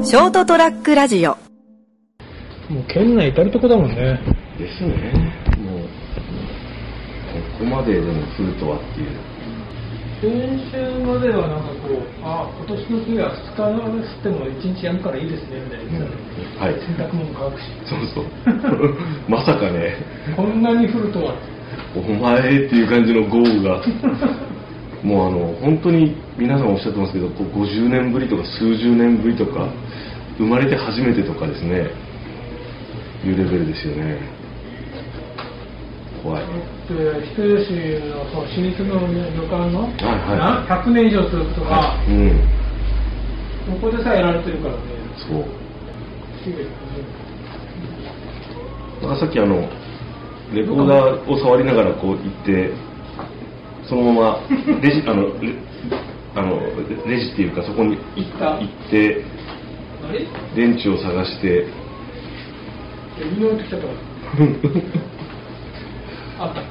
ショートトラックラジオ。 もう県内至るとこだもんね。 ですね。もうここまででも降るとはっていう。 先週まではなんかこう、今年の冬は2日降っても1日やむからいいですねみたいな、 はい、 洗濯物乾くし。 そうまさかね、 こんなに降るとは。 お前っていう感じの豪雨がもう本当に皆さんおっしゃってますけど、こう50年ぶりとか数十年ぶりとか、生まれて初めてとかですね、いうレベルですよね。怖い。 人吉の老舗の旅館の、100年以上続くとか、ここでさえやられてるからね。 そう。だからさっきレコーダーを触りながらこう行って、そのままレジレジっていうかそこに行って電池を探して。 見ようときちゃったから。あった。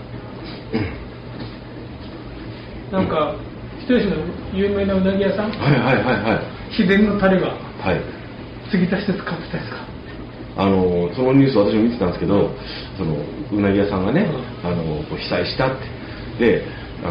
なんか人吉の有名なうなぎ屋さん。秘伝のタレが継ぎ足して使ってたやつか。 そのニュース私も見てたんですけど、そのうなぎ屋さんがね、被災したってで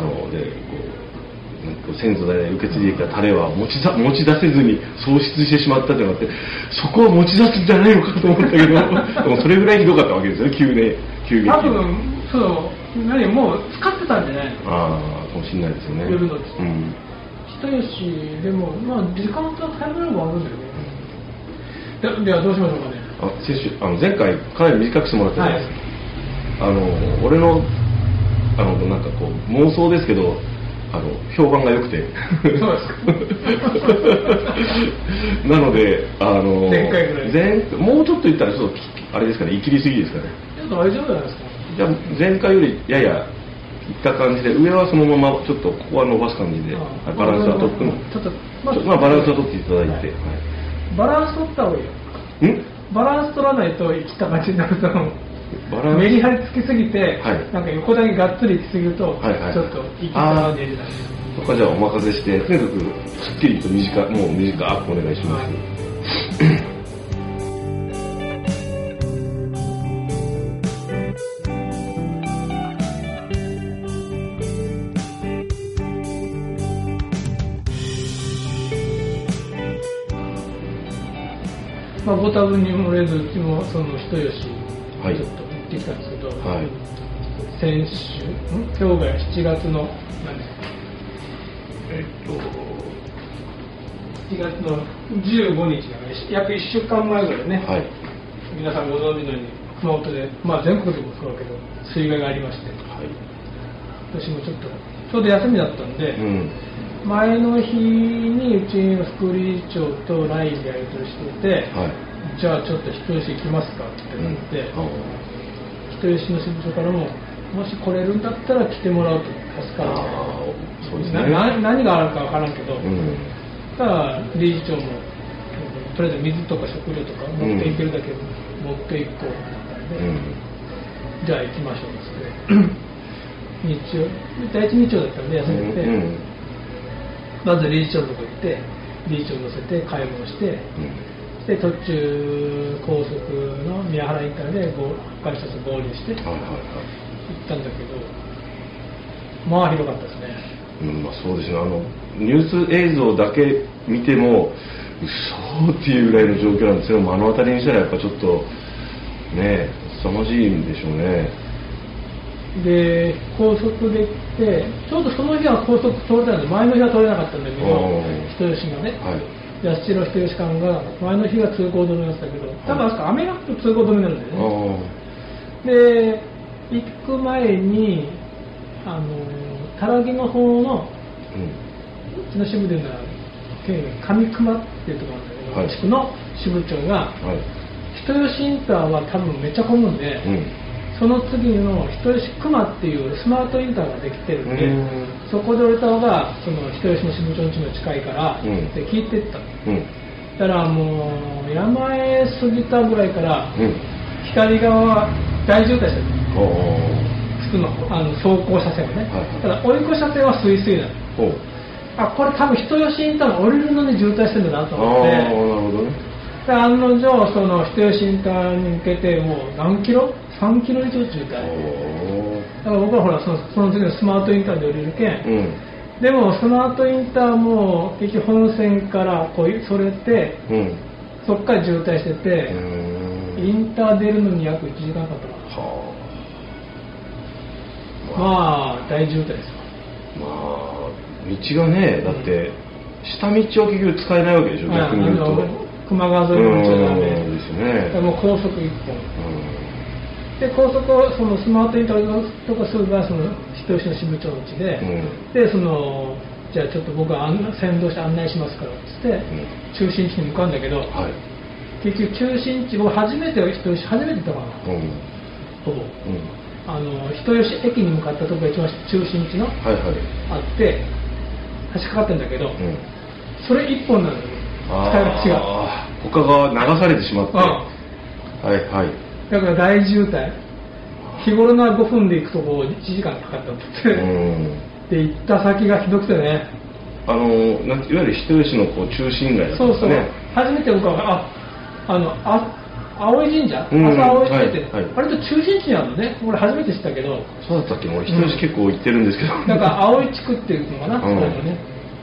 先祖代々受け継いできたタレは持ち出せずに喪失してしまったってなって、そこは持ち出すんじゃないのかと思ったけどでもそれぐらいひどかったわけですよね、急激。 多分もう使ってたんじゃないの。 かもしれないですよね。 夜の人吉でも時間とタイムラグがあるんだよね。ではどうしましょうかね。 前回かなり短くしてもらったじゃないですか。俺のなんかこう妄想ですけど、評判が良くてそうですかなので前回ぐらいもうちょっと言ったらちょっとあれですかね、切りすぎですかね。 大丈夫じゃないですか。 じゃあ前回よりややいった感じで、上はそのままちょっとここは伸ばす感じでバランスは取ってバランスは取っていただいて、 バランス取った方がいいよ。バランス取らないと生きた感じになるとメリハリつきすぎて、なんか横だけがっつりいきすぎると、ちょっと生きた感じになる。 そこはじゃあお任せして、とにかくすっきりと短くお願いします。 ご多分に漏れず、うちもその人吉ちょっと行ってきたんですけど、先週、今日が7月の何ですか、7月の15日が約1週間前ぐらいね、皆さんご存知のように熊本で、全国でもそうだけど水害がありまして、私もちょうど休みだったんで、前の日にうちの副理事長と LINE でやり取りしてて、じゃあちょっと人吉行きますかってなって、人吉の支部長からも、もし来れるんだったら来てもらうと助かるみたいな。何があるか分からんけど、ただ理事長もとりあえず水とか食料とか持っていけるだけ持っていこうってなったんで、じゃあ行きましょうって第一日曜だったんで休めて、まず理事長のとこ行って理事長乗せて買い物して、で途中高速の宮原インターで他の人と合流して行ったんだけど、広かったですね。 そうですね。ニュース映像だけ見ても嘘っていうぐらいの状況なんですけど、目の当たりにしたらやっぱちょっとね、凄まじいんでしょうね。 で高速で行って、ちょうどその日は高速通れたんで、前の日は通れなかったんだけど、人吉がね、八代人吉間が前の日は通行止めだったけど、多分雨が降ると通行止めになるんだよね。で行く前にたらぎの方の、うちの支部でいうのは上熊っていうところなんだけど、地区の支部長が、人吉インターは多分めっちゃ混むんで、その次の人吉熊っていうスマートインターができてるんで、そこで降りた方がその人吉の支部長の家の近いから、って聞いてった。だからもう山へ過ぎたぐらいから、左側は大渋滞してる。普通の走行車線はね、ただ追い越し車線はスイスイなの。これ多分人吉インターが降りるのに渋滞してるんだなと思って、 で案の定その人吉インターに向けてもう何キロ ?3 キロ以上渋滞。だから僕はほらその次のスマートインターで降りるけん、でもスマートインターも結局本線からこうそれて、そっから渋滞してて、インター出るのに約1時間かかったかな。まあ大渋滞ですよ。まあ道がね、だって下道は結局使えないわけでしょ、逆に言うと。 球磨川沿いの道はダメですね。 もう高速1本。で高速をそのスマートインターとかするがその人吉の支部長の地で、でそのじゃあちょっと僕は先導して案内しますからっつって、中心地に向かうんだけど、結局中心地僕初めて人吉初めて行ったかな、ほぼ。人吉駅に向かったところが一番中心地のあって橋かかってるんだけど、それ一本なのよ、使い道が他が流されてしまって、 だから大渋滞、日頃の5分で行くとこ1時間かかったってで行った先がひどくてね、 いわゆる人吉のこう中心街だったんですね。 初めて僕は葵神社、朝葵神社って、割と中心地にあるのね。俺初めて知ったけど。 そうだったっけ？俺人吉結構行ってるんですけど。 だから葵地区っていうのかな、それもね。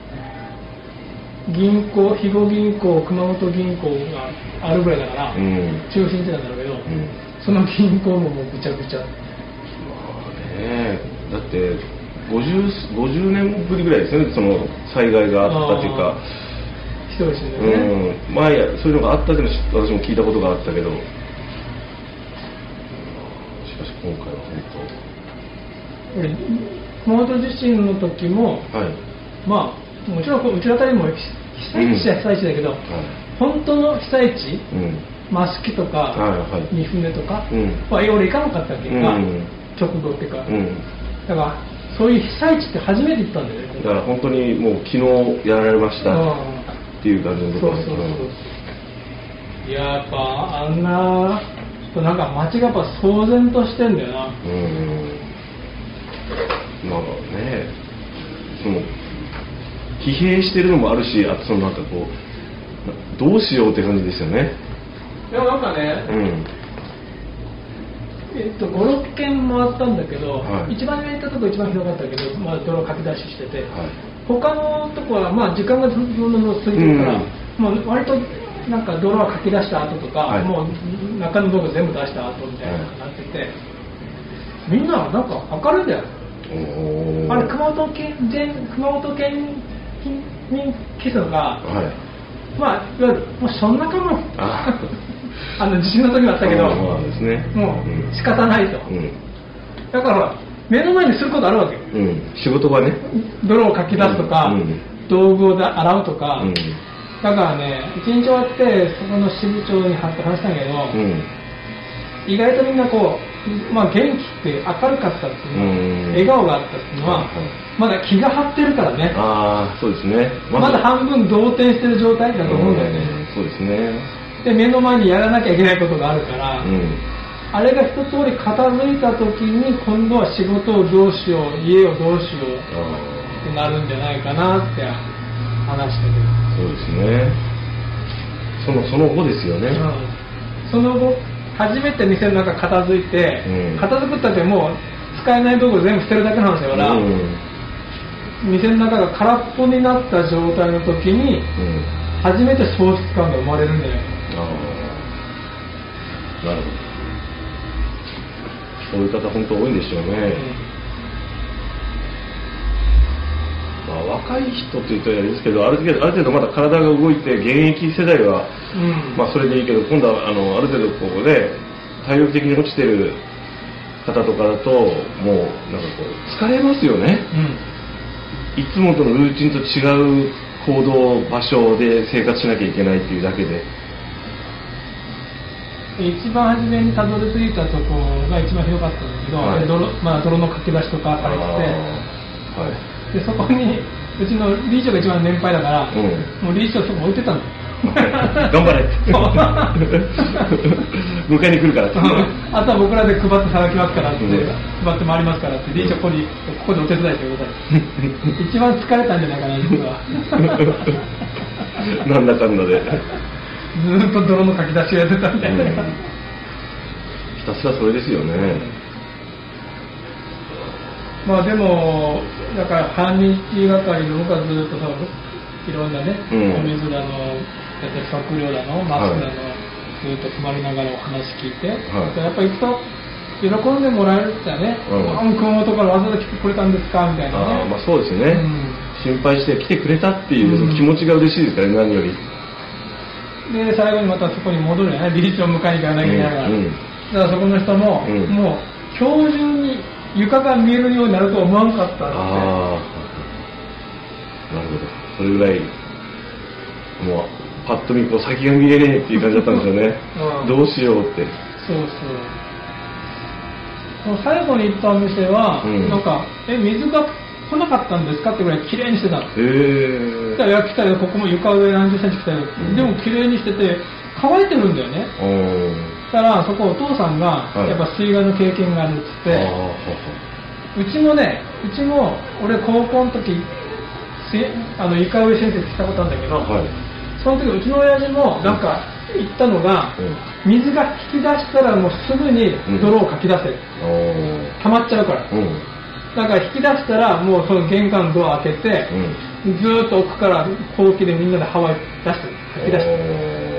銀行、肥後銀行、熊本銀行があるぐらいだから、中心地なんだろうけど、その銀行ももうぐちゃぐちゃ。まあね、だって50年ぶりぐらいですよね、その災害があったというか。 人吉だよね。 前そういうのがあったっていうのは私も聞いたことがあったけど、しかし今回は本当。熊本地震の時も、まあもちろんうちのあたりも被災地は被災地だけど、本当の被災地、益城とか三船とかは俺行かなかったっけか、直後っていうか、だからそういう被災地って初めて行ったんだよね。 だから本当にもう昨日やられましたっていう感じのところです。 いや、やっぱあんななんか街がやっぱ騒然としてんだよな。 まあね、その疲弊してるのもあるし、あとそのなんかこうどうしようって感じですよね。 でもなんかね、5、6軒回ったんだけど、一番上行ったとこ一番広かったけど、泥かき出ししてて、他のとこは時間がどんどん過ぎてるから、もう割となんか泥はかき出した後とか、もう中の部分全部出した後みたいななってて、みんななんか明るいんだよ。あれ熊本県民基礎が、いわゆるもうそんなかも地震の時もあったけど、もう仕方ないと。だから目の前にすることあるわけよ。 仕事がね、 泥をかき出すとか、道具を洗うとか。だからね、一日終わってそこの支部長に話したんだけど、意外とみんなこう、元気って明るかったっていうのは、笑顔があったっていうのは、まだ気が張ってるからね。 そうですね。 まだ半分動転してる状態だと思うんだよね。 そうですね。 で目の前にやらなきゃいけないことがあるから、あれが一通り片付いた時に今度は仕事をどうしよう、家をどうしようってなるんじゃないかなって話してて。 そうですね。その後ですよね。 その後初めて店の中片付いて、片付くったってもう使えない道具全部捨てるだけなんですよから、店の中が空っぽになった状態の時に、初めて喪失感が生まれるんじゃないかな。 なるほど。そういう方本当多いんでしょうね。若い人というとあれですけど、ある程度まだ体が動いて現役世代は、それでいいけど、今度はある程度こうね、体力的に落ちてる方とかだともうなんかこう疲れますよね。いつもとのルーチンと違う行動場所で生活しなきゃいけないっていうだけで。 一番初めにたどり着いたところが一番広かったんだけど、泥のかき出しとかされてて、でそこにうちの理事長が一番年配だから、もう理事長そこ置いてたの。 頑張れって迎えに来るからって、 あとは僕らで配ってさばきますからって、配って回りますからって、理事長ここでお手伝いしてください。一番疲れたんじゃないかな実は。 なんだかんだで。 ずっと泥のかき出しをやってたみたいな、 ひたすらそれですよね。 まあでもだから半日がかりの僕はずっとそのいろんなね、お水だの食料だのマスクだの、ずっと配りながらお話聞いて、やっぱり行くと喜んでもらえるってね、熊本からわざわざ来てくれたんですかみたいなね。 まあそうですね、心配して来てくれたっていう気持ちが嬉しいですからね、何より。で最後にまたそこに戻るよね、理事長を迎えに行かなきゃいけないから、だからそこの人も、もう今日中に床が見えるようになると思わんかったって。なるほど、それぐらいもうパッと見こう先が見えねえっていう感じだったんですよね、どうしようって。 そう最後に行ったお店は、なんか水が来なかったんですかってぐらい綺麗にしてたの。だから来たよ、ここも床上何十センチ来たよ、でも綺麗にしてて乾いてるんだよね。だからそこお父さんがやっぱ水害の経験があるっつって、うちも俺高校の時床上先生したことあるんだけど、その時うちの親父もなんか言ったのが、水が引き出したらもうすぐに泥をかき出せ、溜まっちゃうから、だから引き出したらもうその玄関のドア開けて、ずーっと奥からほうきでみんなでハワイ出して吐き出して、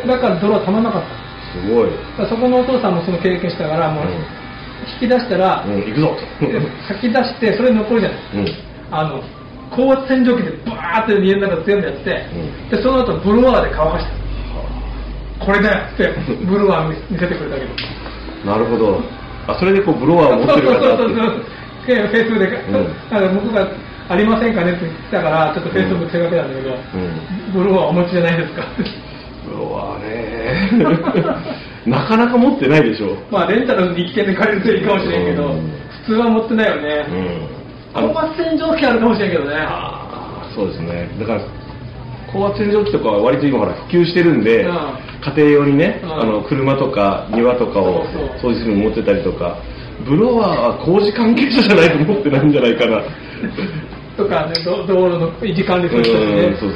だから泥は溜まらなかった。 すごい。 そこのお父さんもその経験したから、もう引き出したら、 行くぞと吐き出してそれ残るじゃない、高圧洗浄機でバーって家の中全部やって、でその後ブロワーで乾かした。これだよってブロワー見せてくれたけど。 なるほど。それでこうブロワーを持ってる方って。 フェイスブックで、僕がありませんかねって言ってたから、ちょっとフェイスブック手掛けたんだけど、ブロワーお持ちじゃないですか。 ブロワーねなかなか持ってないでしょ。 まあレンタルの日券で借りるといいかもしれんけど、普通は持ってないよね。高圧洗浄機あるかもしれんけどね。 そうですね。だから高圧洗浄機とかは割と今ほら普及してるんで、家庭用にね、車とか庭とかを掃除するの持ってたりとか、ブロワーは工事関係者じゃないと持ってないんじゃないかなとかね、道路の維持管理する人ね。 そう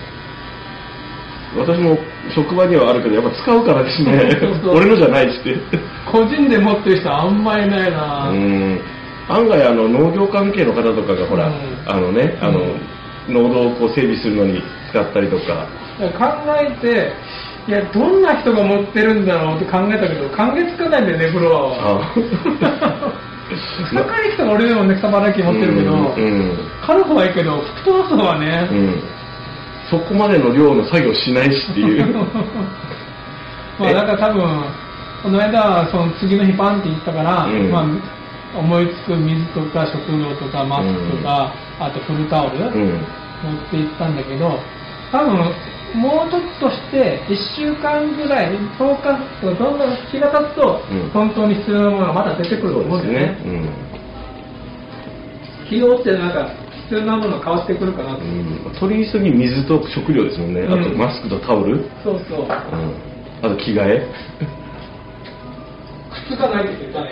私も職場にはあるけどやっぱ使うからですね俺のじゃないしって個人で持ってる人あんまりないな。 案外農業関係の方とかがほら、農道をこう整備するのに使ったりとか考えて、いやどんな人が持ってるんだろうって考えたけど考えつかないんだよね、ブロワーは。草刈り機とか俺でもね、草払い機持ってるけど、刈る方はいいけど吹き飛ばす方はね、 そこまでの量の作業しないしっていうまあだから多分この間その次の日パンって行ったから、まあ思いつく水とか食料とかマスクとか、あとフルタオル、持って行ったんだけど、多分もうちょっとして1週間ぐらい10日とかどんどん日が経つと、本当に必要なものがまだ出てくると思うんだよね。費用ってなんか必要なものが変わってくるかなと。 取り急ぎ水と食料ですもんね。あとマスクとタオル、あと着替え靴がないって言ったね。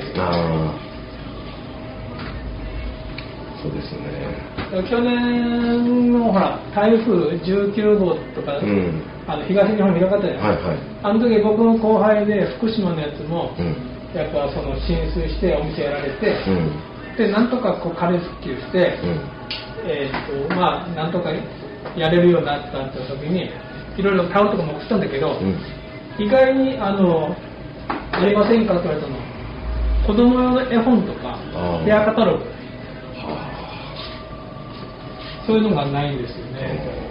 そうですね。 去年のほら台風19号とか、東日本にひどかったじゃないですか。あの時僕の後輩で福島のやつも、やっぱその浸水してお店やられて、でなんとかこう仮復旧して、まあなんとかやれるようになったって時にいろいろタオルとかも送ったんだけど、意外にありませんかって言われたの、子供用の絵本とかヘアカタログ、そういうのがないんですよね。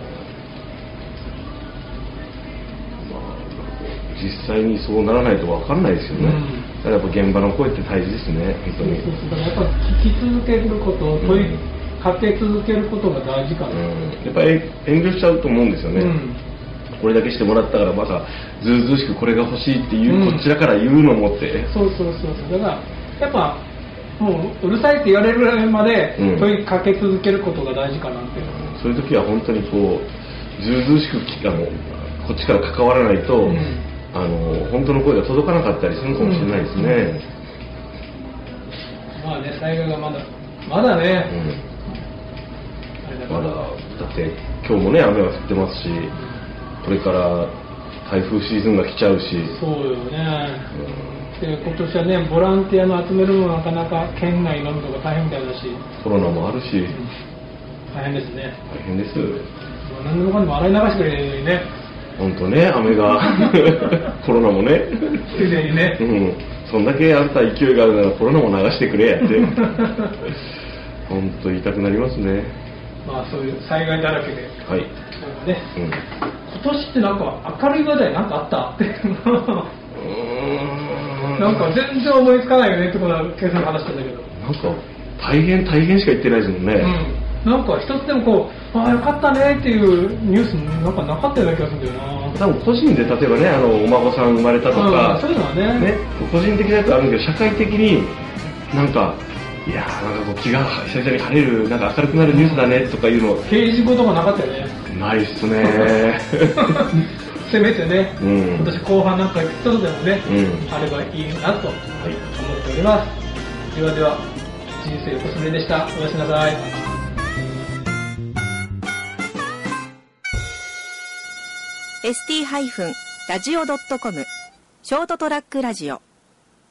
実際にそうならないと分かんないですよね。だからやっぱ現場の声って大事ですね、本当に。 だからやっぱ聞き続けること、問いかけ続けることが大事かな。 やっぱり遠慮しちゃうと思うんですよね。これだけしてもらったからまたずうずうしくこれが欲しいっていう、こちらから言うのもって。 そうだからやっぱもううるさいって言われるぐらいまで問いかけ続けることが大事かなって。 そういう時は本当にこうずうずうしくこっちから関わらないと、本当の声が届かなかったりするかもしれないですね。 まあね、災害がまだね、 まだだって今日もね雨は降ってますし、これから台風シーズンが来ちゃうし。 そうよね。で今年はね、ボランティアの集めるのもなかなか県内のみとか大変みたいだし、 コロナもあるし、 大変ですね。 大変です。 何でもかんでも洗い流してくれるのにね。 本当ね、雨がコロナもね、 ついでにね、 そんだけあんた勢いがあるならコロナも流してくれやって本当言いたくなりますね。 まあそういう災害だらけで、 はい、 ね、今年ってなんか明るい話題なんかあったってなんか全然思いつかないよねってことは今朝の話したんだけど、 なんか大変しか言ってないですもんね。 なんか一つでもこう、ああよかったねっていうニュースなんかなかったような気がするんだよな。 多分個人で例えばね、お孫さん生まれたとか、 そういうのはね、 個人的なやつあるんだけど、社会的になんか、いやーなんかこう気が久々に晴れる、なんか明るくなるニュースだねとかいうの、 刑事事がなかったよね。 ないっすねせめてね、今年後半なんか一つでもね、あればいいなと思っております。では人生横滑りでした。おやすみなさい。 st-radio.com ショートトラックラジオ